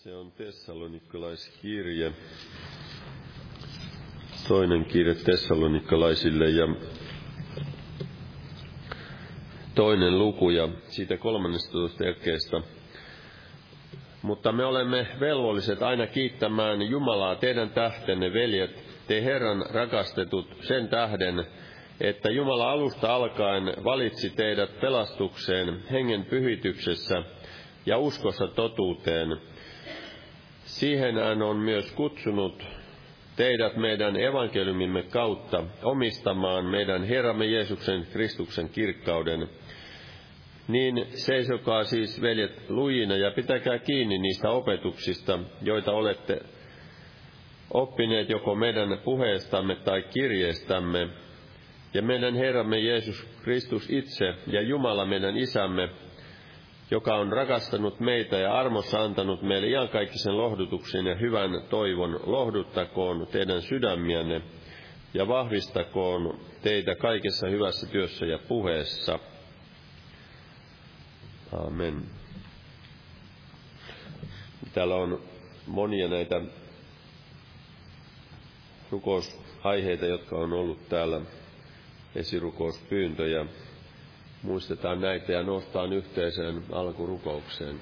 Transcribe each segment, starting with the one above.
Se on Tessalonikalaiskirje, toinen kirje Tessalonikalaisille ja toinen luku ja siitä 13 jakeesta. Mutta me olemme velvolliset aina kiittämään Jumalaa teidän tähtenne, veljet, te Herran rakastetut, sen tähden, että Jumala alusta alkaen valitsi teidät pelastukseen hengen pyhityksessä ja uskossa totuuteen. Siihen hän on myös kutsunut teidät meidän evankeliumimme kautta omistamaan meidän Herramme Jeesuksen Kristuksen kirkkauden. Niin seisokaa siis, veljet, lujina ja pitäkää kiinni niistä opetuksista, joita olette oppineet joko meidän puheestamme tai kirjeestämme. Ja meidän Herramme Jeesus Kristus itse ja Jumala meidän Isämme, joka on rakastanut meitä ja armossa antanut meille iankaikkisen lohdutuksen ja hyvän toivon, lohduttakoon teidän sydämiänne ja vahvistakoon teitä kaikessa hyvässä työssä ja puheessa. Amen. Täällä on monia näitä rukousaiheita, jotka on ollut täällä, esirukouspyyntöjä. Muistetaan näitä ja noustaan yhteiseen alkurukoukseen.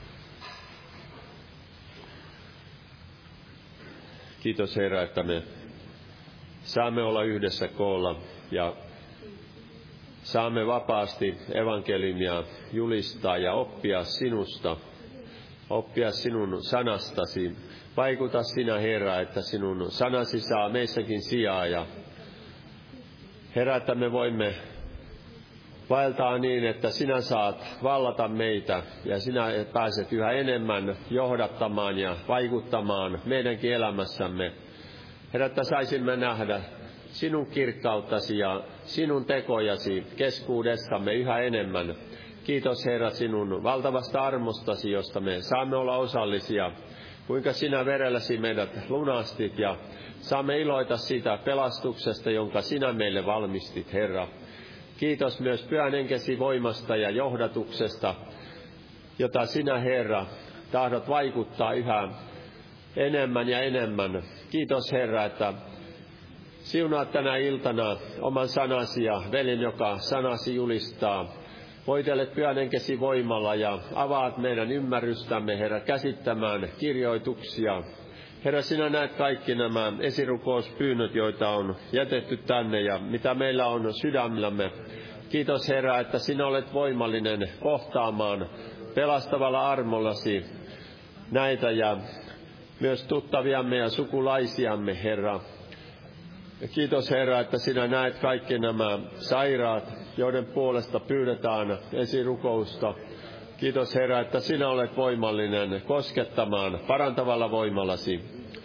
Kiitos Herra, että me saamme olla yhdessä koolla ja saamme vapaasti evankeliumia julistaa ja oppia sinusta, oppia sinun sanastasi. Vaikuta sinä, Herra, että sinun sanasi saa meissäkin sijaa ja Herra, että me voimme vaeltaa niin, että sinä saat vallata meitä ja sinä pääset yhä enemmän johdattamaan ja vaikuttamaan meidänkin elämässämme. Herra, että saisimme nähdä sinun kirkkauttasi ja sinun tekojasi keskuudessamme yhä enemmän. Kiitos Herra sinun valtavasta armostasi, josta me saamme olla osallisia. Kuinka sinä verelläsi meidät lunastit ja saamme iloita siitä pelastuksesta, jonka sinä meille valmistit, Herra. Kiitos myös Pyhän Henkesi voimasta ja johdatuksesta, jota sinä, Herra, tahdot vaikuttaa yhä enemmän ja enemmän. Kiitos, Herra, että siunaat tänä iltana oman sanasi ja velin, joka sanasi julistaa. Voitelet Pyhän Henkesi voimalla ja avaat meidän ymmärrystämme, Herra, käsittämään kirjoituksia. Herra, sinä näet kaikki nämä esirukouspyynnöt, joita on jätetty tänne ja mitä meillä on sydämellämme. Kiitos Herra, että sinä olet voimallinen kohtaamaan pelastavalla armollasi näitä ja myös tuttaviamme ja sukulaisiamme, Herra. Ja kiitos Herra, että sinä näet kaikki nämä sairaat, joiden puolesta pyydetään esirukousta. Kiitos Herra, että sinä olet voimallinen koskettamaan parantavalla voimallasi.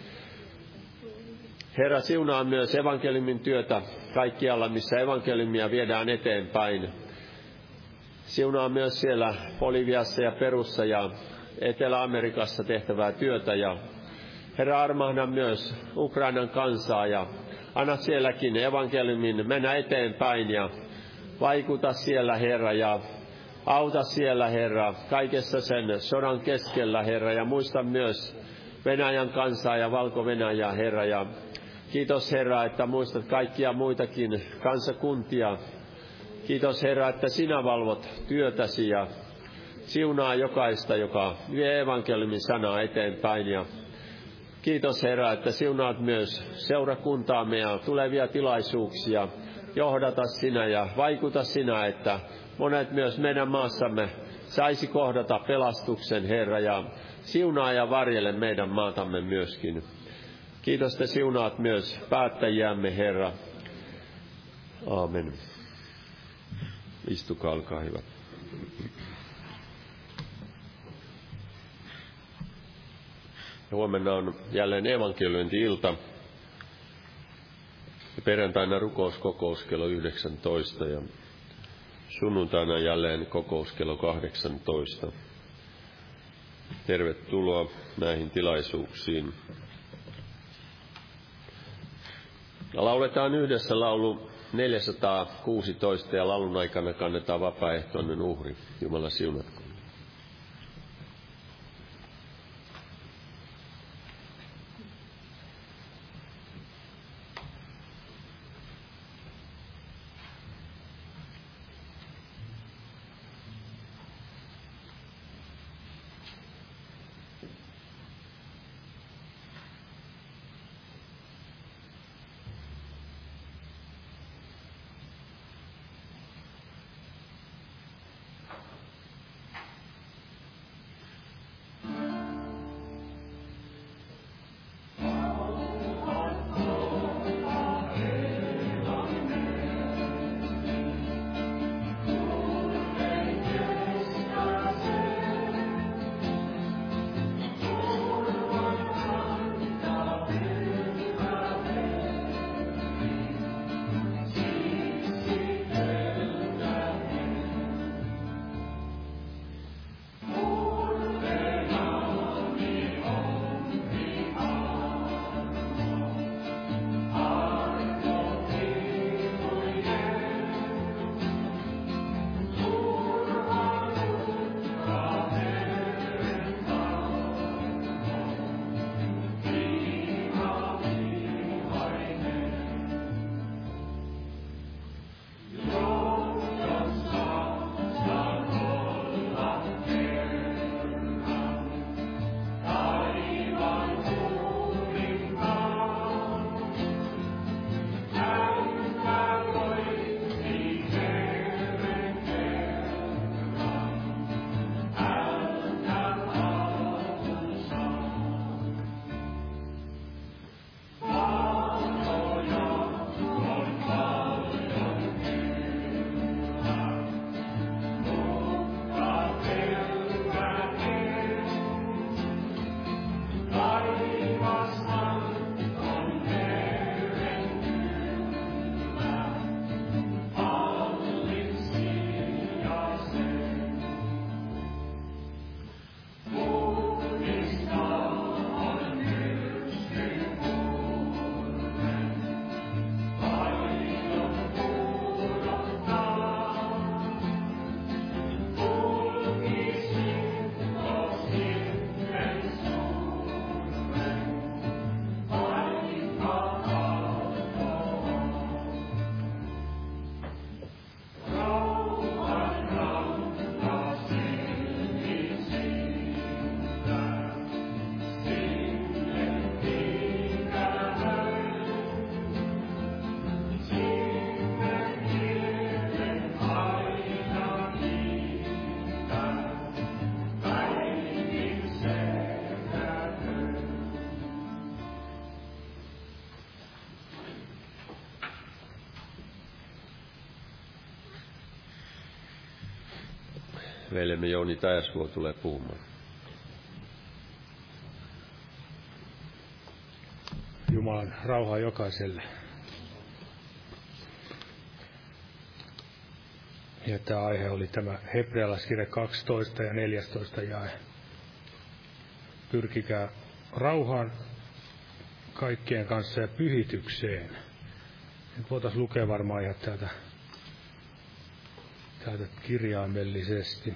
Herra, siunaa myös evankeliumin työtä kaikkialla, missä evankeliumia viedään eteenpäin. Siunaa myös siellä Boliviassa ja Perussa ja Etelä-Amerikassa tehtävää työtä. Ja Herra, armahda myös Ukrainan kansaa ja anna sielläkin evankeliumin mennä eteenpäin ja vaikuta siellä, Herra, ja auta siellä, Herra, kaikessa sen sodan keskellä, Herra, ja muista myös Venäjän kansaa ja Valko-Venäjää, Herra, ja kiitos, Herra, että muistat kaikkia muitakin kansakuntia. Kiitos, Herra, että sinä valvot työtäsi ja siunaa jokaista, joka vie evankeliumin sanaa eteenpäin, ja kiitos, Herra, että siunaat myös seurakuntaamme ja tulevia tilaisuuksia. Johdata sinä ja vaikuta sinä, että monet myös meidän maassamme saisi kohdata pelastuksen, Herra, ja siunaa ja varjele meidän maatamme myöskin. Kiitos, että siunaat myös päättäjiämme, Herra. Aamen. Istukaa, olkaa hyvä. Huomenna on jälleen evankeliointi-ilta. Perjantaina rukouskokous kello 19 ja sunnuntaina jälleen kokous kello 18. Tervetuloa näihin tilaisuuksiin. Lauletaan yhdessä laulu 416 ja laulun aikana kannetaan vapaaehtoinen uhri. Jumala siunatko. veljemme Jouni Täjäsvuo tulee puhumaan. Jumalan rauhaa jokaiselle. Ja tämä aihe oli tämä Hebrealaiskirja 12 ja 14 jae. Pyrkikää rauhaan kaikkien kanssa ja pyhitykseen. Nyt voitaisiin lukea varmaan ihan täältä kirjaimellisesti.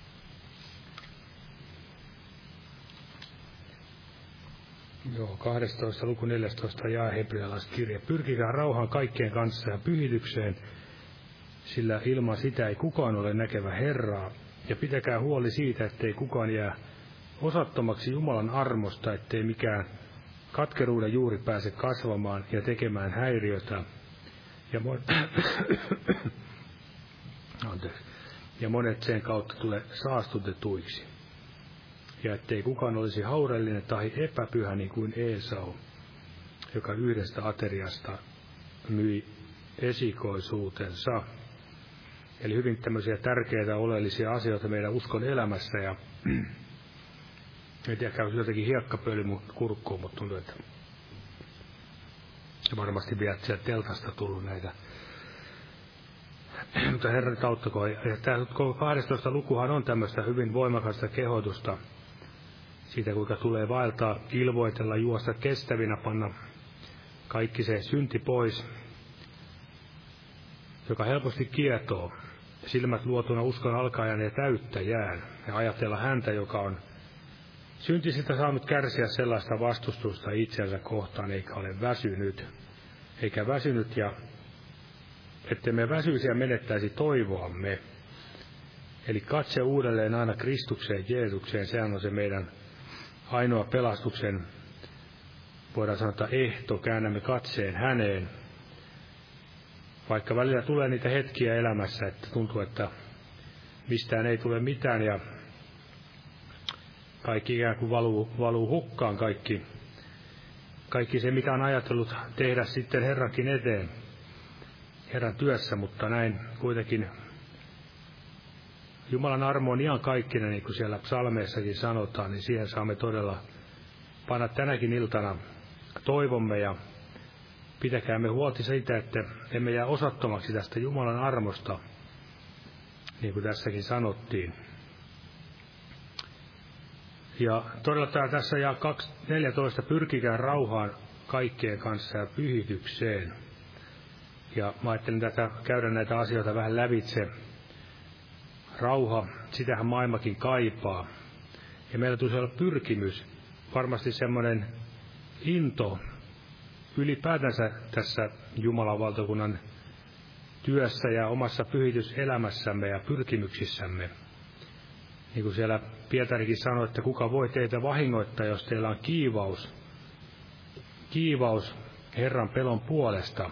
Joo, 12. luku 14 jae Hebrealaiskirja. Pyrkikää rauhaan kaikkien kanssa ja pyhitykseen, sillä ilman sitä ei kukaan ole näkevä Herraa. Ja pitäkää huoli siitä, ettei kukaan jää osattomaksi Jumalan armosta, ettei mikään katkeruuden juuri pääse kasvamaan ja tekemään häiriötä. Ja monet sen kautta tulee saastutetuiksi. Ja ettei kukaan olisi haurellinen tai epäpyhä niin kuin Esau, joka yhdestä ateriasta myi esikoisuutensa. Eli hyvin tämmöisiä tärkeitä oleellisia asioita meidän uskon elämässä. Ja en tiedä, käy jotenkin hiekkapöly mun kurkkuun, mutta tuntuu, että varmasti vielä sieltä teltasta tullut näitä. Mutta Herran auttakoon. Ja tämä 12. lukuhan on tämmöistä hyvin voimakasta kehotusta siitä, kuinka tulee vaeltaa, ilvoitella, juosta kestävinä, panna kaikki se synti pois, joka helposti kietoo, silmät luotuna uskon alkajan ja täyttäjään, ja ajatella häntä, joka on syntisistä saanut kärsiä sellaista vastustusta itseänsä kohtaan, eikä ole väsynyt, ja ettei me väsyisi ja menettäisi toivoamme. Eli katse uudelleen aina Kristukseen, Jeesukseen, sehän on se meidän ainoa pelastuksen, voidaan sanoa, ehto, käännämme katseen häneen. Vaikka välillä tulee niitä hetkiä elämässä, että tuntuu, että mistään ei tule mitään ja kaikki ikään kuin valuu hukkaan, kaikki se, mitä on ajatellut tehdä sitten Herrankin eteen, Herran työssä, mutta näin kuitenkin Jumalan armo on ihan kaikkinen, niin kuin siellä psalmeissakin sanotaan, niin siihen saamme todella panna tänäkin iltana toivomme ja pitäkäämme huolta siitä, että emme jää osattomaksi tästä Jumalan armosta, niin kuin tässäkin sanottiin. Ja todella tässä ja 14 pyrkikää rauhaan kaikkien kanssa ja pyhitykseen. Ja mä ajattelin käydä näitä asioita vähän lävitse. Rauha, sitähän maailmakin kaipaa. Ja meillä tulisi olla pyrkimys, varmasti semmoinen into ylipäätänsä tässä Jumalan valtakunnan työssä ja omassa pyhityselämässämme ja pyrkimyksissämme. Niin kuin siellä Pietarikin sanoi, että kuka voi teitä vahingoittaa, jos teillä on kiivaus Herran pelon puolesta.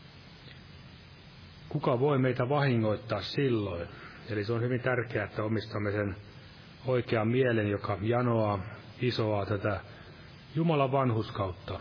Kuka voi meitä vahingoittaa silloin? Eli se on hyvin tärkeää, että omistamme sen oikean mielen, joka janoaa, isoaa tätä Jumalan vanhurskautta.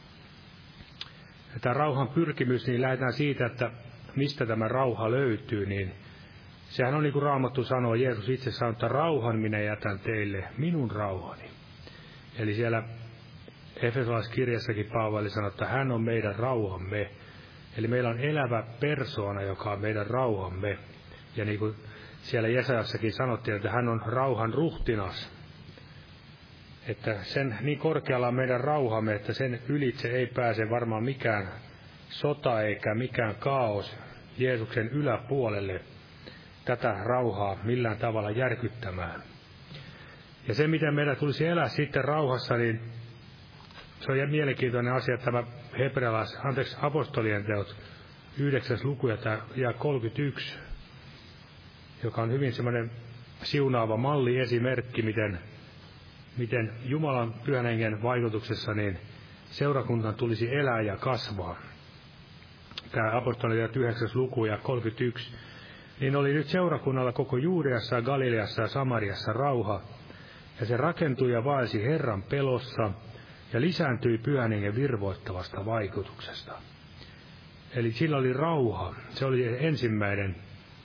Ja tämä rauhan pyrkimys, niin lähdetään siitä, että mistä tämä rauha löytyy, niin sehän on niin kuin Raamattu sanoo, Jeesus itse sanoo, että rauhan minä jätän teille, minun rauhani. Eli siellä Efesolaiskirjassakin Paavali sanoo, että hän on meidän rauhamme. Eli meillä on elävä persoona, joka on meidän rauhamme. Ja niin kuin siellä Jesajassakin sanottiin, että hän on rauhan ruhtinas. Että sen niin korkealla on meidän rauhamme, että sen ylitse ei pääse varmaan mikään sota eikä mikään kaos Jeesuksen yläpuolelle tätä rauhaa millään tavalla järkyttämään. Ja se, miten meidän tulisi elää sitten rauhassa, niin se on mielenkiintoinen asia, tämä apostolien teot 9. luku ja 31, joka on hyvin semmoinen siunaava malliesimerkki, miten Jumalan pyhän hengen vaikutuksessa niin seurakunnan tulisi elää ja kasvaa. Tämä apostolien 9. luku ja 31, niin oli nyt seurakunnalla koko Juudeassa, Galileassa ja Samariassa rauha, ja se rakentui ja vaelsi Herran pelossa, ja lisääntyi pyhän hengen virvoittavasta vaikutuksesta. Eli sillä oli rauha. Se oli ensimmäinen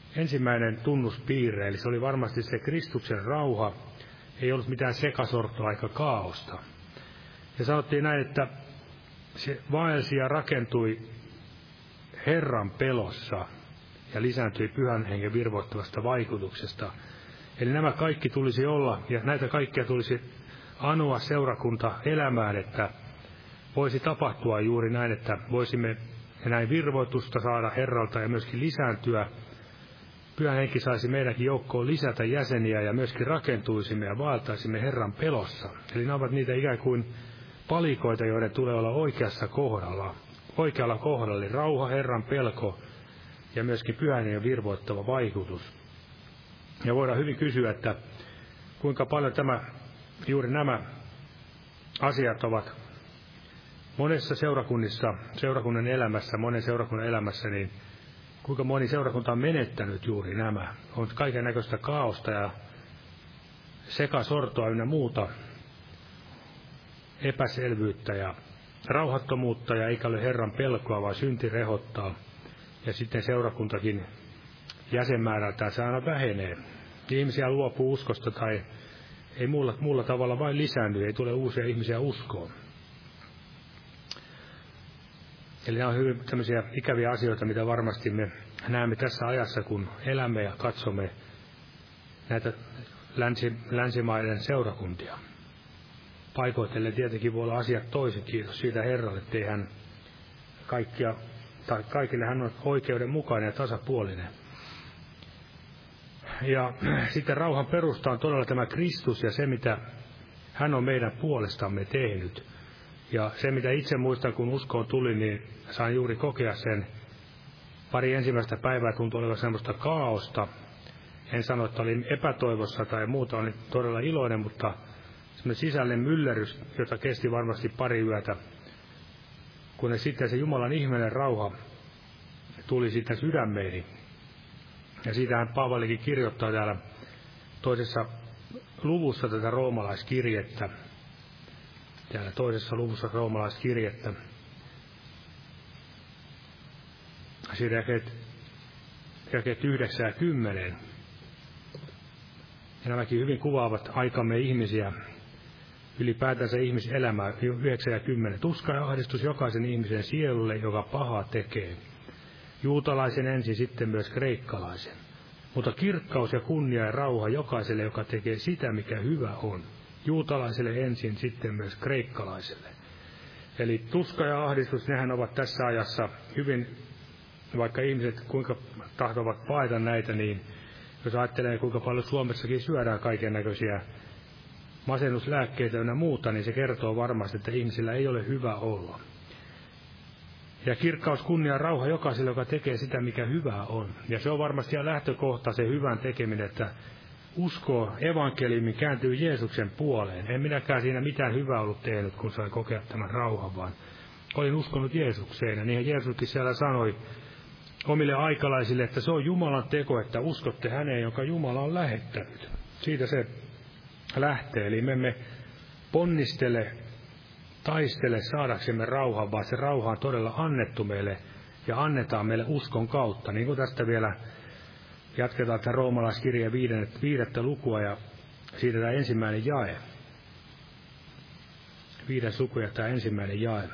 ensimmäinen tunnuspiirre, eli se oli varmasti se Kristuksen rauha, ei ollut mitään sekasortoa eikä kaaosta. Ja sanottiin näin, että se vaelsi ja rakentui Herran pelossa ja lisääntyi Pyhän Hengen virvoittavasta vaikutuksesta. Eli nämä kaikki tulisi olla, ja näitä kaikkia tulisi anoa seurakunta elämään, että voisi tapahtua juuri näin, että voisimme näin virvoitusta saada Herralta ja myöskin lisääntyä. Pyhä Henki saisi meidänkin joukkoon lisätä jäseniä ja myöskin rakentuisimme ja vaeltaisimme Herran pelossa. Eli nämä ovat niitä ikään kuin palikoita, joiden tulee olla oikealla kohdalla, eli rauha, Herran pelko ja myöskin Pyhän Hengen virvoittava vaikutus. Ja voidaan hyvin kysyä, että kuinka paljon juuri nämä asiat ovat monessa seurakunnan elämässä, monen seurakunnan elämässä, niin kuinka moni seurakunta on menettänyt juuri nämä. On kaiken näköistä kaaosta ja sekasortoa ynnä muuta, epäselvyyttä ja rauhattomuutta, ja eikä ole Herran pelkoa, vaan synti rehottaa. Ja sitten seurakuntakin jäsenmäärältään se aina vähenee. Ihmisiä luopuu uskosta tai ei muulla tavalla vain lisäänny, ei tule uusia ihmisiä uskoon. Eli nämä on hyvin tämmöisiä ikäviä asioita, mitä varmasti me näemme tässä ajassa, kun elämme ja katsomme näitä länsimaiden seurakuntia. Paikoitellen tietenkin voi olla asiat toisin, kiitos siitä Herralle, ettei hän kaikille hän on oikeudenmukainen ja tasapuolinen. Ja sitten rauhan perusta on todella tämä Kristus ja se, mitä hän on meidän puolestamme tehnyt. Ja se, mitä itse muistan, kun uskoon tuli, niin sain juuri kokea sen. Pari ensimmäistä päivää tuntui olevan semmoista kaaosta. En sano, että olin epätoivossa tai muuta, olin todella iloinen, mutta semmoinen sisällinen myllerrys, jota kesti varmasti pari yötä. Kun sitten se Jumalan ihmeellinen rauha tuli sitten sydämeeni. Ja siitähän Paavalikin kirjoittaa täällä toisessa luvussa tätä roomalaiskirjettä. Täällä toisessa luvussa roomalaiskirjettä. Siinä jakeet 9 ja 10. Ja nämäkin hyvin kuvaavat aikamme ihmisiä, ylipäätänsä ihmiselämää, 9 ja 10. Tuska ja ahdistus jokaisen ihmisen sielulle, joka pahaa tekee. Juutalaisen ensin, sitten myös kreikkalaisen. Mutta kirkkaus ja kunnia ja rauha jokaiselle, joka tekee sitä, mikä hyvä on. Juutalaiselle ensin, sitten myös kreikkalaiselle. Eli tuska ja ahdistus, nehän ovat tässä ajassa hyvin, vaikka ihmiset kuinka tahtovat paeta näitä, niin jos ajattelee, kuinka paljon Suomessakin syödään kaiken näköisiä masennuslääkkeitä ja muuta, niin se kertoo varmasti, että ihmisillä ei ole hyvä olla. Ja kirkkaus, kunnia ja rauha jokaiselle, joka tekee sitä, mikä hyvää on. Ja se on varmasti lähtökohta, se hyvän tekeminen, että uskoo evankeliumin, kääntyy Jeesuksen puoleen. En minäkään siinä mitään hyvää ollut tehnyt, kun sain kokea tämän rauhan, vaan olin uskonut Jeesukseen. Ja niinhän Jeesuskin siellä sanoi omille aikalaisille, että se on Jumalan teko, että uskotte häneen, jonka Jumala on lähettänyt. Siitä se lähtee. Eli me emme taistele saadaksemme rauhan, vaan se rauha on todella annettu meille ja annetaan meille uskon kautta. Niin kuin tästä vielä jatketaan tämän roomalaiskirjeen 5. lukua ja siitä tämä ensimmäinen jae. 5. luku ja tämä ensimmäinen jae.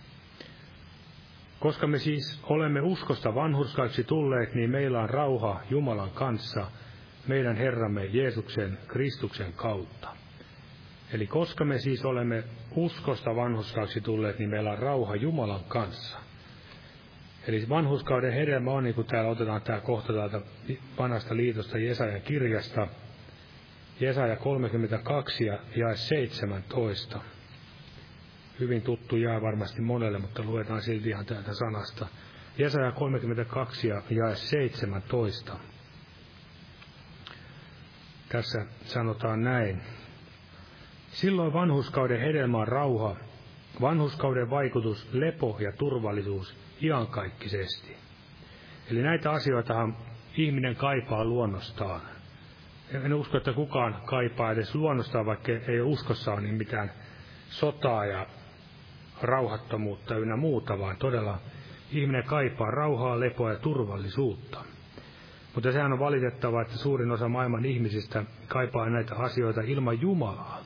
Koska me siis olemme uskosta vanhurskaiksi tulleet, niin meillä on rauha Jumalan kanssa, meidän Herramme Jeesuksen Kristuksen kautta. Eli koska me siis olemme uskosta vanhurskaiksi tulleet, niin meillä on rauha Jumalan kanssa. Eli vanhurskauden hedelmä on, niin kuin täällä otetaan tämä kohta täältä vanhasta liitosta Jesajan kirjasta. Jesaja 32 ja jae 17. Hyvin tuttu jae varmasti monelle, mutta luetaan silti ihan täältä sanasta. Jesaja 32 ja jae 17. Tässä sanotaan näin. Silloin vanhurskauden hedelmä on rauha, vanhurskauden vaikutus, lepo ja turvallisuus iankaikkisesti. Eli näitä asioitahan ihminen kaipaa luonnostaan. En usko, että kukaan kaipaa edes luonnostaan, vaikka ei uskossa niin mitään sotaa ja rauhattomuutta ynnä muuta, vaan todella ihminen kaipaa rauhaa, lepoa ja turvallisuutta. Mutta sehän on valitettavaa, että suurin osa maailman ihmisistä kaipaa näitä asioita ilman Jumalaa.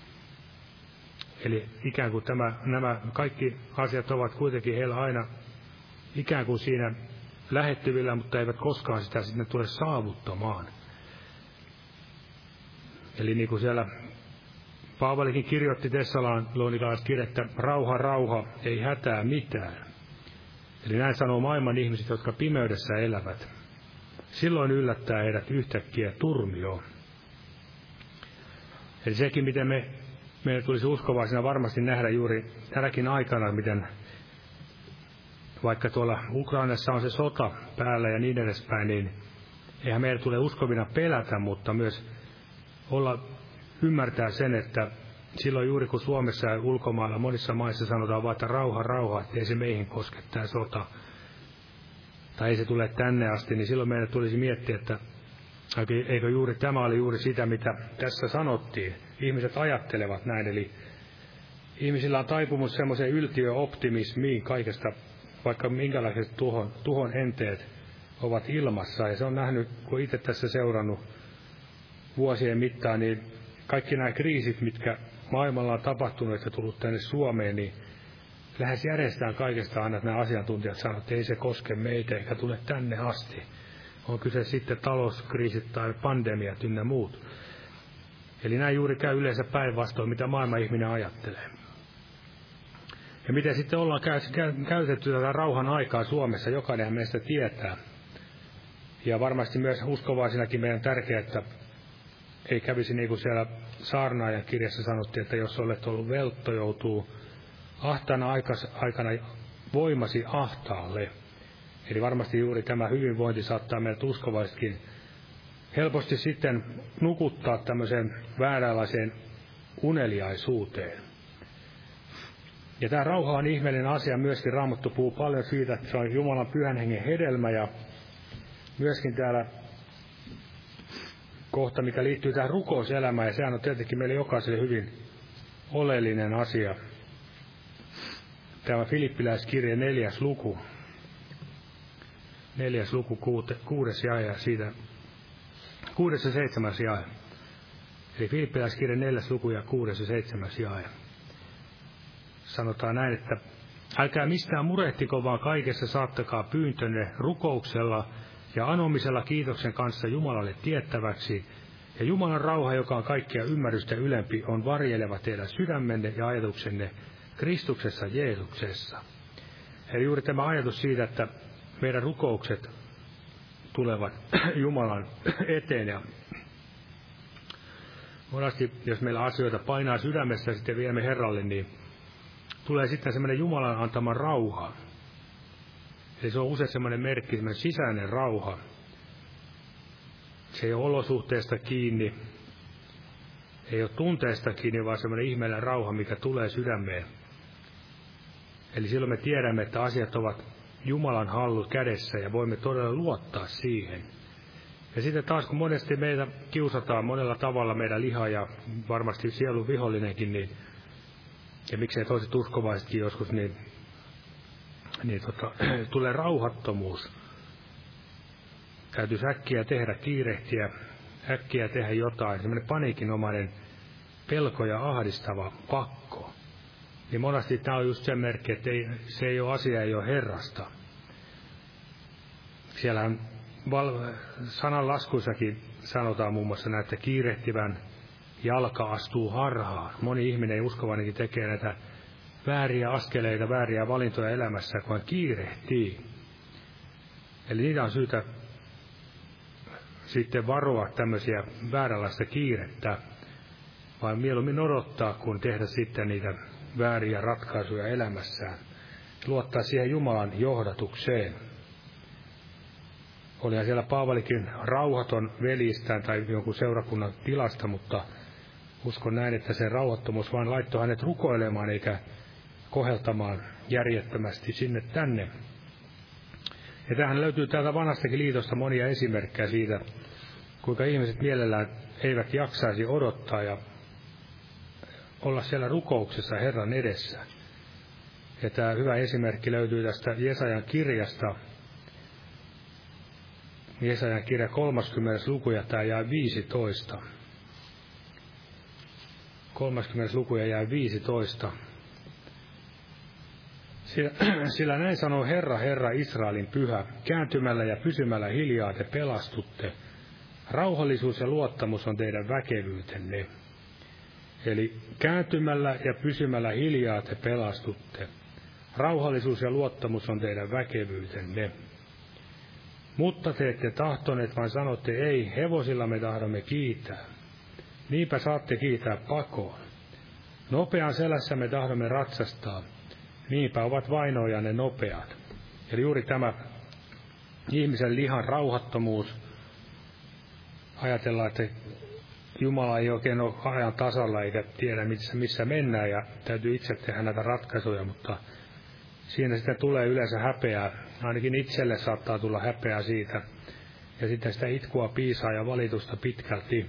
Eli ikään kuin nämä kaikki asiat ovat kuitenkin heillä aina ikään kuin siinä lähettyvillä, mutta eivät koskaan sitä sitten tule saavuttamaan. Eli niin kuin siellä Paavalikin kirjoitti Tessalonikalaiskirjettä, rauha, rauha, ei hätää mitään. Eli näin sanoo maailman ihmiset, jotka pimeydessä elävät. Silloin yllättää heidät yhtäkkiä turmioon. Eli sekin, miten meidän tulisi uskovaisina varmasti nähdä juuri tälläkin aikana, miten vaikka tuolla Ukrainassa on se sota päällä ja niin edespäin, niin eihän meidän tule uskovina pelätä, mutta myös ymmärtää sen, että silloin juuri kun Suomessa ja ulkomailla monissa maissa sanotaan vaan, että rauha, rauha, ettei se meihin koske tämä sota, tai ei se tule tänne asti, niin silloin meidän tulisi miettiä, että eikö juuri tämä oli juuri sitä, mitä tässä sanottiin. Ihmiset ajattelevat näin, eli ihmisillä on taipumus semmoiseen yltiöoptimismiin kaikesta, vaikka minkälaiset tuhon enteet ovat ilmassa. Ja se on nähnyt, kun itse tässä seurannut vuosien mittaan, niin kaikki nämä kriisit, mitkä maailmalla on tapahtunut ja tullut tänne Suomeen, niin lähes järjestään kaikesta aina nämä asiantuntijat sanovat, että ei se koske meitä eikä tule tänne asti. On kyse sitten talouskriisit tai pandemiat ynnä muut. Eli näin juuri käy yleensä päinvastoin, mitä maailman ihminen ajattelee. Ja miten sitten ollaan käytetty tätä rauhan aikaa Suomessa, jokainen meistä tietää. Ja varmasti myös uskovaisinakin meidän tärkeää, että ei kävisi niin kuin siellä saarnaajan kirjassa sanottiin, että jos olet ollut veltto, joutuu ahtaana aikana voimasi ahtaalle. Eli varmasti juuri tämä hyvinvointi saattaa meidät uskovaisetkin helposti sitten nukuttaa tämmöiseen vääränlaiseen uneliaisuuteen. Ja tämä rauha on ihmeellinen asia, myöskin Raamattu puhuu paljon siitä, että se on Jumalan pyhän hengen hedelmä, ja myöskin täällä kohta, mikä liittyy tähän rukouselämään, ja sehän on tietenkin meille jokaiselle hyvin oleellinen asia. Tämä Filippiläiskirje 4. luku. 4. luku 6. jae ja siitä 6. ja 7. jae. Eli Filippiläiskirje 4. luku ja 6. ja 7. jae. Sanotaan näin, että älkää mistään murehtiko, vaan kaikessa saattakaa pyyntönne rukouksella ja anomisella kiitoksen kanssa Jumalalle tiettäväksi. Ja Jumalan rauha, joka on kaikkea ymmärrystä ylempi, on varjeleva teidän sydämenne ja ajatuksenne Kristuksessa Jeesuksessa. Eli juuri tämä ajatus siitä, että meidän rukoukset tulevat Jumalan eteen. Ja monesti, jos meillä asioita painaa sydämessä ja sitten viemme Herralle, niin tulee sitten semmoinen Jumalan antama rauha. Eli se on usein semmoinen merkki, semmoinen sisäinen rauha. Se ei ole olosuhteesta kiinni, ei ole tunteesta kiinni, vaan semmoinen ihmeellinen rauha, mikä tulee sydämeen. Eli silloin me tiedämme, että asiat ovat Jumalan hallu kädessä ja voimme todella luottaa siihen. Ja sitten taas, kun monesti meitä kiusataan monella tavalla, meidän liha ja varmasti sielun vihollinenkin, niin, ja miksei toiset uskovaisetkin joskus, niin tulee rauhattomuus. Täytyisi äkkiä tehdä, kiirehtiä, äkkiä tehdä jotain, semmoinen paniikinomainen pelko ja ahdistava pakko. Niin monesti tämä on just se merkki, että se ei ole asia, ei ole Herrasta. Siellä sananlaskuissakin sanotaan muun muassa näitä, että kiirehtivän jalka astuu harhaan. Moni ihminen uskovainenkin tekee näitä vääriä askeleita, vääriä valintoja elämässä, kun hän kiirehtii. Eli niitä on syytä sitten varoa tämmöisiä vääränlaista kiirettä, vaan mieluummin odottaa, kun tehdä sitten niitä vääriä ratkaisuja elämässään. Luottaa siihen Jumalan johdatukseen. Olihan siellä Paavalikin rauhaton veljistään tai jonkun seurakunnan tilasta, mutta uskon näin, että se rauhattomuus vain laittoi hänet rukoilemaan eikä koheltamaan järjettömästi sinne tänne. Ja tähän löytyy täältä vanhastakin liitosta monia esimerkkejä siitä, kuinka ihmiset mielellään eivät jaksaisi odottaa ja olla siellä rukouksessa Herran edessä. Ja tämä hyvä esimerkki löytyy tästä Jesajan kirjasta. Jesajan kirja 30. luku ja tämä jää 15. 30. luku ja jää 15. Sillä näin sanoo Herra, Herra Israelin pyhä, kääntymällä ja pysymällä hiljaa te pelastutte. Rauhallisuus ja luottamus on teidän väkevyytenne. Eli kääntymällä ja pysymällä hiljaa te pelastutte. Rauhallisuus ja luottamus on teidän väkevyytenne. Mutta te ette tahtoneet, vaan sanotte, ei, hevosilla me tahdomme kiitää. Niinpä saatte kiitää pakoon. Nopean selässä me tahdomme ratsastaa. Niinpä ovat vainojanne nopeat. Eli juuri tämä ihmisen lihan rauhattomuus. Ajatellaan, että Jumala ei oikein ole ajan tasalla eikä tiedä missä mennään ja täytyy itse tehdä näitä ratkaisuja, mutta siinä sitten tulee yleensä häpeää. Ainakin itselle saattaa tulla häpeää siitä ja sitten sitä itkua, piisaa ja valitusta pitkälti.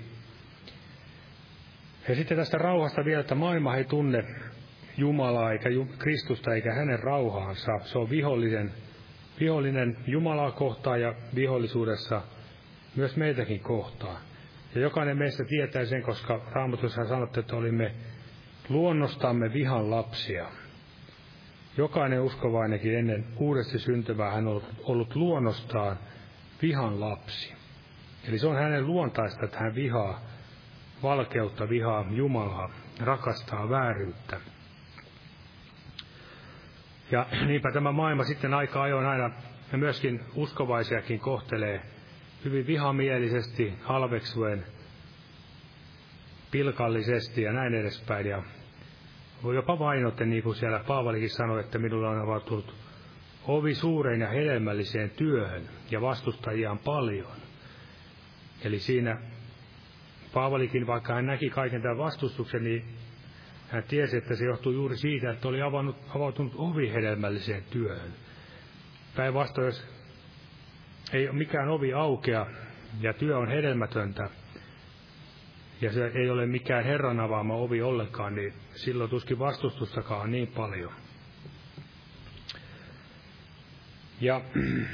Ja sitten tästä rauhasta vielä, että maailma ei tunne Jumalaa eikä Kristusta eikä hänen rauhaansa. Se on vihollinen Jumalaa kohtaan ja vihollisuudessa myös meitäkin kohtaan. Ja jokainen meistä tietää sen, koska Raamatussa sanottu, että olimme luonnostamme vihan lapsia. Jokainen uskovainenkin ennen uudesti syntyvää hän on ollut luonnostaan vihan lapsi. Eli se on hänen luontaista, että hän vihaa valkeutta, vihaa Jumalaa, rakastaa vääryyttä. Ja niinpä tämä maailma sitten aika ajoin aina, ja myöskin uskovaisiakin kohtelee hyvin vihamielisesti, halveksuen, pilkallisesti ja näin edespäin. Ja voi jopa vainoten, niin kuin siellä Paavalikin sanoi, että minulla on avautunut ovi suureen ja hedelmälliseen työhön, ja vastustajia on paljon. Eli siinä Paavalikin, vaikka hän näki kaiken tämän vastustuksen, niin hän tiesi, että se johtuu juuri siitä, että oli avautunut ovi hedelmälliseen työhön. Päinvastoin, jos ei mikään ovi aukea ja työ on hedelmätöntä, ja se ei ole mikään Herran avaama ovi ollenkaan, niin silloin tuskin vastustustakaan niin paljon. Ja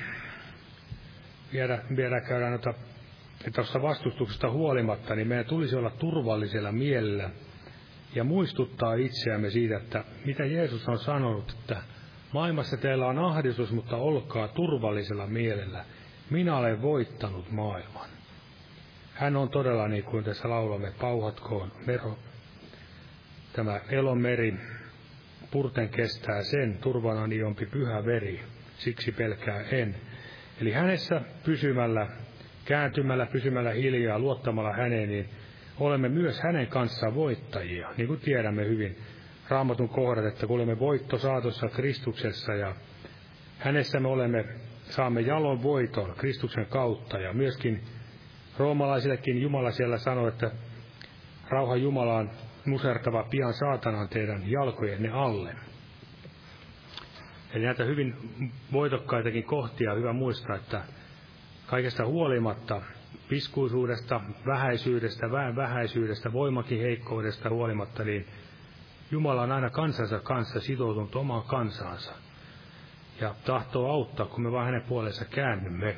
vielä käydään tuossa vastustuksesta huolimatta, niin meidän tulisi olla turvallisella mielellä ja muistuttaa itseämme siitä, että mitä Jeesus on sanonut, että maailmassa teillä on ahdistus, mutta olkaa turvallisella mielellä. Minä olen voittanut maailman. Hän on todella, niin kuin tässä laulamme, pauhatkoon mero. Tämä elon meri, purten kestää sen, turvanani jompi pyhä veri, siksi pelkää en. Eli hänessä pysymällä, kääntymällä, pysymällä hiljaa, luottamalla häneen, niin olemme myös hänen kanssaan voittajia. Niin kuin tiedämme hyvin Raamatun kohdat, että kun olemme voittosaatossa Kristuksessa ja hänessä me saamme jalon voiton Kristuksen kautta. Ja myöskin roomalaisillekin Jumala siellä sanoi, että rauha Jumala on musertava pian saatanan teidän jalkojenne alle. Eli näitä hyvin voitokkaitakin kohtia on hyvä muistaa, että kaikesta huolimatta, piskuisuudesta, vähäisyydestä, väen vähäisyydestä, voimakin heikkoudesta huolimatta, niin Jumala on aina kansansa kanssa sitoutunut omaan kansaansa. Ja tahtoo auttaa, kun me vaan hänen puolensa käännymme.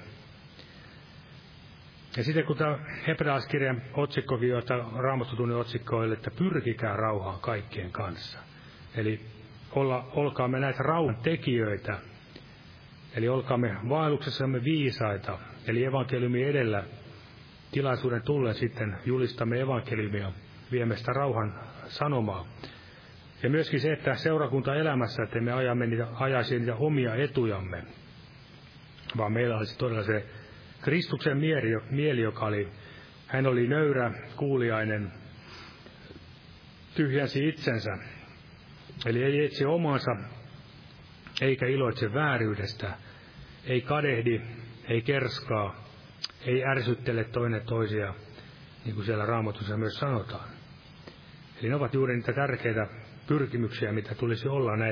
Ja sitten kun tämä hebrealaiskirjan otsikkokin, jota Raamattotunnin otsikko on, että pyrkikää rauhaan kaikkien kanssa. Eli olkaamme näitä rauhan tekijöitä. Eli olkaamme vaelluksessamme viisaita. Eli evankeliumi edellä tilaisuuden tullen sitten julistamme evankeliumia, viemme sitä rauhan sanomaa. Ja myöskin se, että seurakuntaelämässä, että me ajaisi niitä omia etujamme, vaan meillä olisi todella se Kristuksen mieli, joka hän oli nöyrä, kuuliainen, tyhjänsi itsensä. Eli ei etsi omansa, eikä iloitse vääryydestä, ei kadehdi, ei kerskaa, ei ärsyttele toinen toisia, niin kuin siellä Raamatussa myös sanotaan. Eli ne ovat juuri niitä tärkeitä pyrkimyksiä, mitä tulisi olla näin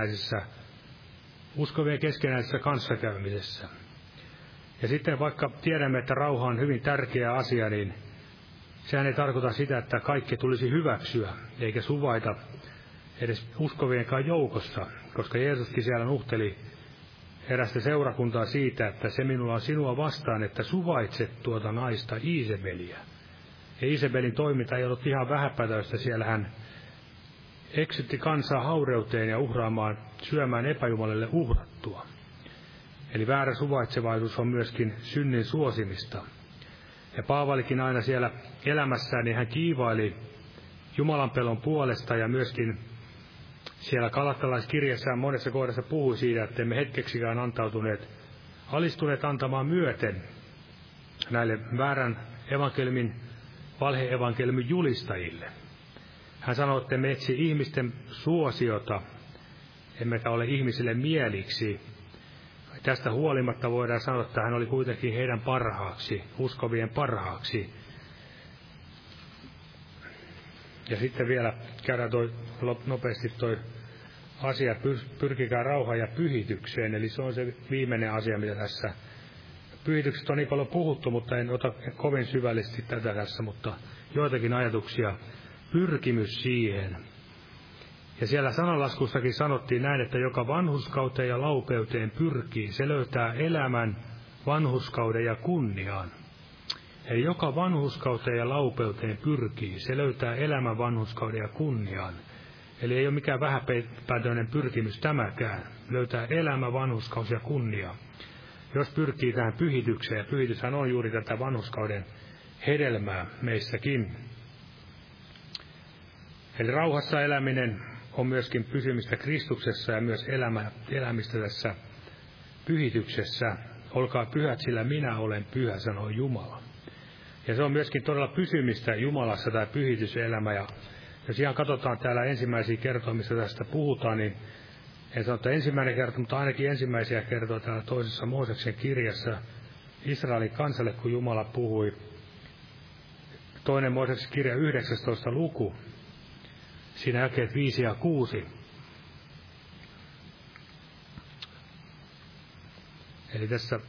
uskovien keskinäisessä kanssakäymisessä. Ja sitten vaikka tiedämme, että rauha on hyvin tärkeä asia, niin sehän ei tarkoita sitä, että kaikki tulisi hyväksyä, eikä suvaita edes uskovienkaan joukossa, koska Jeesuskin siellä nuhteli erästä seurakuntaa siitä, että se minulla on sinua vastaan, että suvaitset tuota naista Iisebeliä. Ja Iisebelin toiminta ei ollut ihan vähäpätöistä, siellä hän eksytti kansaa haureuteen ja syömään epäjumalille uhrattua. Eli väärä suvaitsevaisuus on myöskin synnin suosimista. Ja Paavalikin aina siellä elämässään, niin hän kiivaili Jumalan pelon puolesta ja myöskin siellä Galattalaiskirjassaan monessa kohdassa puhui siitä, että emme hetkeksikään alistuneet antamaan myöten näille väärän evankeliumin, valhe-evankeliumin julistajille. Hän sanoi, että me etsi ihmisten suosiota, emmekä ole ihmisille mieliksi. Tästä huolimatta voidaan sanoa, että hän oli kuitenkin heidän parhaaksi, uskovien parhaaksi. Ja sitten vielä käydään nopeasti toi asia, pyrkikää rauhaan ja pyhitykseen. Eli se on se viimeinen asia, mitä tässä. Pyhityksestä on niin paljon puhuttu, mutta en ota kovin syvällisesti tätä tässä, mutta joitakin ajatuksia. Pyrkimys siihen. Ja siellä sananlaskussakin sanottiin näin, että joka vanhurskauteen ja laupeuteen pyrkii, se löytää elämän, vanhurskauden ja kunniaan. Eli joka vanhurskauteen ja laupeuteen pyrkii, se löytää elämän, vanhurskauden ja kunniaan. Eli ei ole mikään vähäpätöinen pyrkimys tämäkään. Löytää elämä, vanhurskaus ja kunnia. Jos pyrkii tähän pyhitykseen, ja pyhityshän on juuri tätä vanhurskauden hedelmää meissäkin. Eli rauhassa eläminen on myöskin pysymistä Kristuksessa ja myös elämistä tässä pyhityksessä. Olkaa pyhät, sillä minä olen pyhä, sanoo Jumala. Ja se on myöskin todella pysymistä Jumalassa tämä pyhityselämä. Ja jos ihan katsotaan täällä ensimmäisiä kertoja, missä tästä puhutaan, niin en sano, että ensimmäinen kerta, mutta ainakin ensimmäisiä kertoja täällä toisessa Mooseksen kirjassa Israelin kansalle, kun Jumala puhui. Toinen Mooseksen kirja 19. luku. Siinä jakeet 5 ja 6. Eli tässä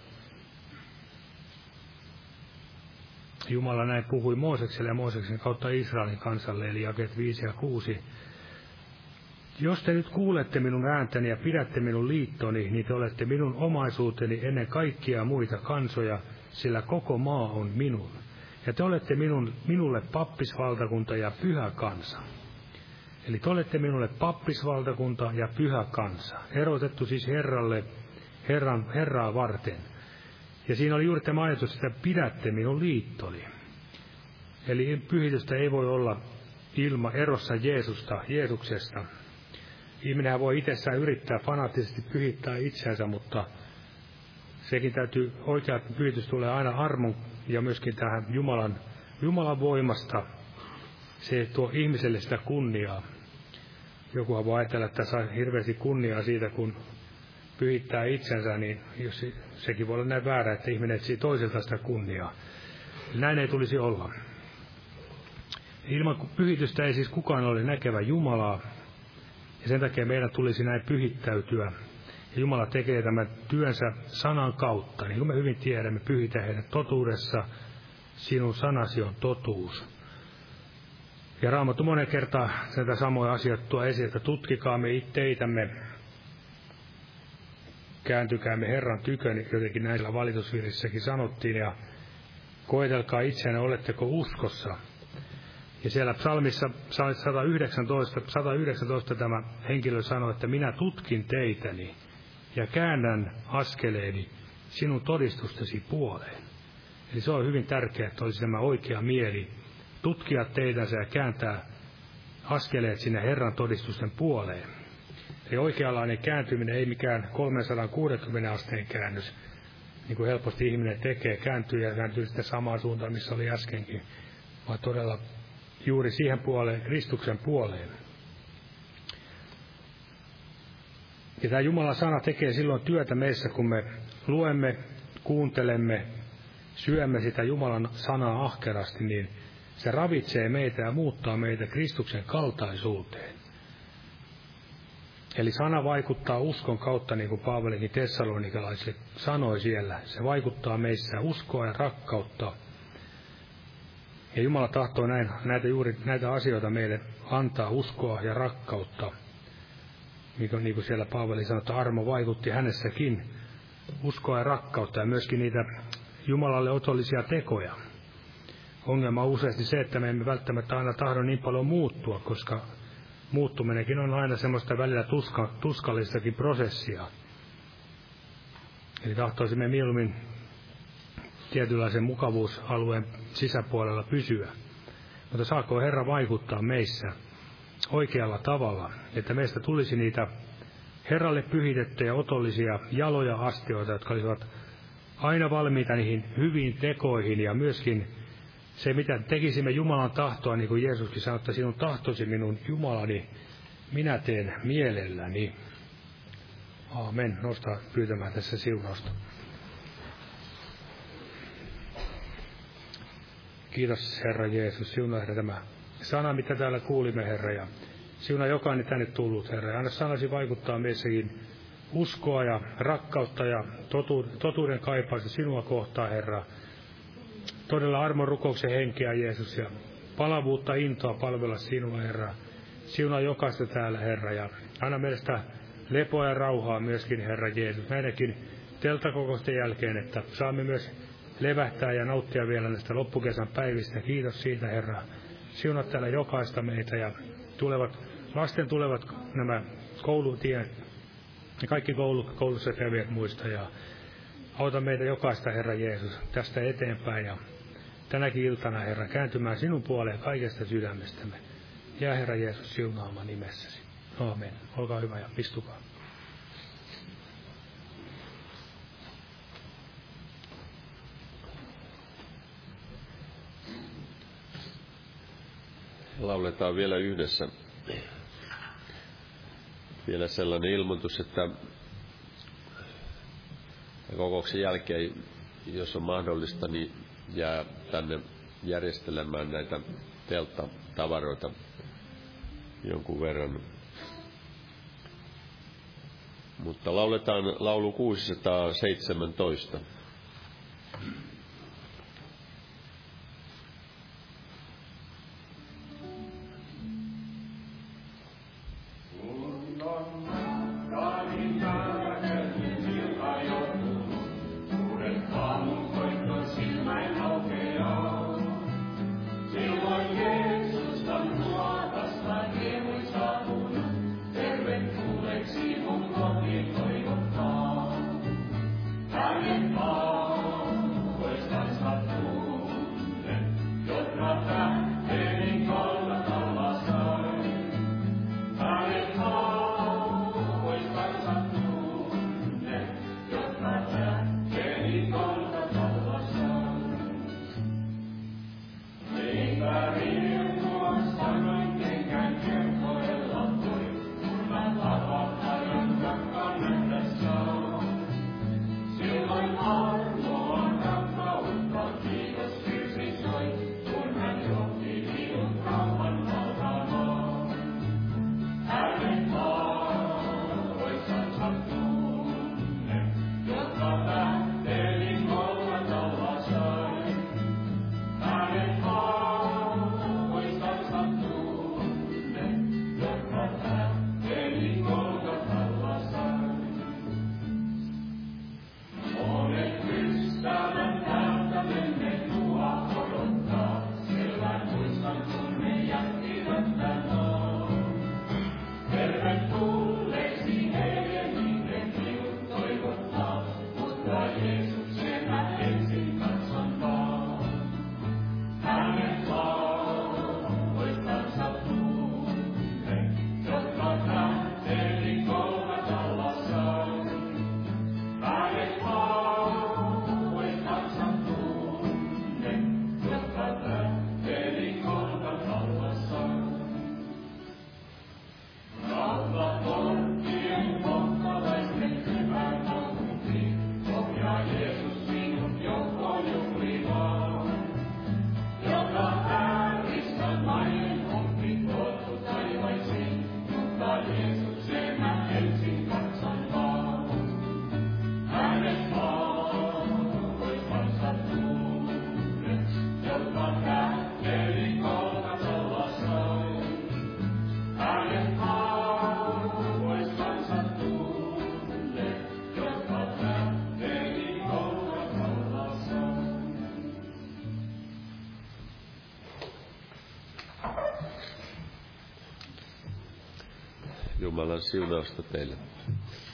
Jumala näin puhui Moosekselle ja Mooseksen kautta Israelin kansalle, eli jakeet 5 ja 6. Jos te nyt kuulette minun ääntäni ja pidätte minun liittoni, niin te olette minun omaisuuteni ennen kaikkia muita kansoja, sillä koko maa on minun. Ja te olette minulle pappisvaltakunta ja pyhä kansa. Eli te olette minulle pappisvaltakunta ja pyhä kansa, erotettu siis Herraa varten. Ja siinä oli juuri tämä ajatus, että pidätte minun liittoni. Eli pyhitystä ei voi olla erossa Jeesuksesta. Ihminenhän voi itsessään yrittää fanaattisesti pyhittää itseänsä, mutta sekin täytyy, oikea pyhitys tulee aina armon ja myöskin tähän Jumalan voimasta. Se tuo ihmiselle sitä kunniaa. Jokuhan voi ajatella, että saa hirveästi kunniaa siitä, kun pyhittää itsensä, niin jos sekin voi olla näin väärä, että ihminen etsii toiselta sitä kunniaa. Näin ei tulisi olla. Ilman pyhitystä ei siis kukaan ole näkevä Jumalaa, ja sen takia meidän tulisi näin pyhittäytyä. Ja Jumala tekee tämän työnsä sanan kautta, niin kuin me hyvin tiedämme, pyhitä heidät totuudessa, sinun sanasi on totuus. Ja Raamattu monen kertaa näitä samoja asioita tuo esiin, että tutkikaamme itteitämme, kääntykäämme Herran tykön, jotenkin näillä valitusvirsissäkin sanottiin, ja koetelkaa itseänne, oletteko uskossa. Ja siellä psalmissa 119 tämä henkilö sanoi, että minä tutkin teitäni ja käännän askeleeni sinun todistustesi puoleen. Eli se on hyvin tärkeää, että olisi tämä oikea mieli tutkia teitänsä ja kääntää askeleet sinne Herran todistusten puoleen. Eli oikeanlainen kääntyminen ei mikään 360 asteen käännös, niin kuin helposti ihminen tekee, kääntyy sitten samaan suuntaan, missä oli äskenkin, vaan todella juuri siihen puoleen, Kristuksen puoleen. Ja tämä Jumalan sana tekee silloin työtä meissä, kun me luemme, kuuntelemme, syömme sitä Jumalan sanaa ahkerasti, niin se ravitsee meitä ja muuttaa meitä Kristuksen kaltaisuuteen. Eli sana vaikuttaa uskon kautta, niin kuin Paavalikin Tessalonikalaisille sanoi siellä. Se vaikuttaa meissä uskoa ja rakkautta. Ja Jumala tahtoo juuri näitä asioita meille antaa uskoa ja rakkautta. Niin kuin siellä Paavali sanoi, että armo vaikutti hänessäkin, uskoa ja rakkautta ja myöskin niitä Jumalalle otollisia tekoja. Ongelma on useasti se, että me emme välttämättä aina tahdo niin paljon muuttua, koska muuttuminenkin on aina semmoista välillä tuskallistakin prosessia. Eli tahtoisimme mieluummin tietynlaisen mukavuusalueen sisäpuolella pysyä. Mutta saako Herra vaikuttaa meissä oikealla tavalla, että meistä tulisi niitä Herralle pyhitettyjä otollisia jaloja astioita, jotka olisivat aina valmiita niihin hyviin tekoihin ja myöskin se, mitä tekisimme Jumalan tahtoa, niin kuin Jeesuskin sanoi, että sinun tahtosi minun Jumalani, minä teen mielelläni. Aamen. Nosta pyytämään tässä siunausta. Kiitos Herra Jeesus. Siunaa Herra tämä sana, mitä täällä kuulimme, Herra. Ja siunaa jokainen tänne tullut, Herra. Ja anna sanasi vaikuttaa meissäkin uskoa ja rakkautta ja totuuden kaipausta sinua kohtaan, Herra. Todella armon rukouksen henkeä, Jeesus, ja palavuutta, intoa palvella sinua, Herra. Siunaa jokaista täällä, Herra, ja anna meille sitä lepoa ja rauhaa myöskin, Herra Jeesus, näidenkin teltakokousten jälkeen, että saamme myös levähtää ja nauttia vielä näistä loppukesän päivistä. Kiitos siitä, Herra. Siunaa täällä jokaista meitä ja lasten tulevat nämä koulutien ja kaikki koulussa kävijät muista ja auta meitä jokaista, Herra Jeesus, tästä eteenpäin ja tänäkin iltana, Herra, kääntymään sinun puoleen kaikesta sydämestämme. Ja Herra Jeesus, siunaamaan nimessäsi. Aamen. Olkaa hyvä ja istukaa. Lauletaan vielä yhdessä. Vielä sellainen ilmoitus, että kokouksen jälkeen, jos on mahdollista, niin jää tänne järjestelemään näitä telttatavaroita jonkun verran. Mutta lauletaan laulu 617. Jumalan siunausta teille.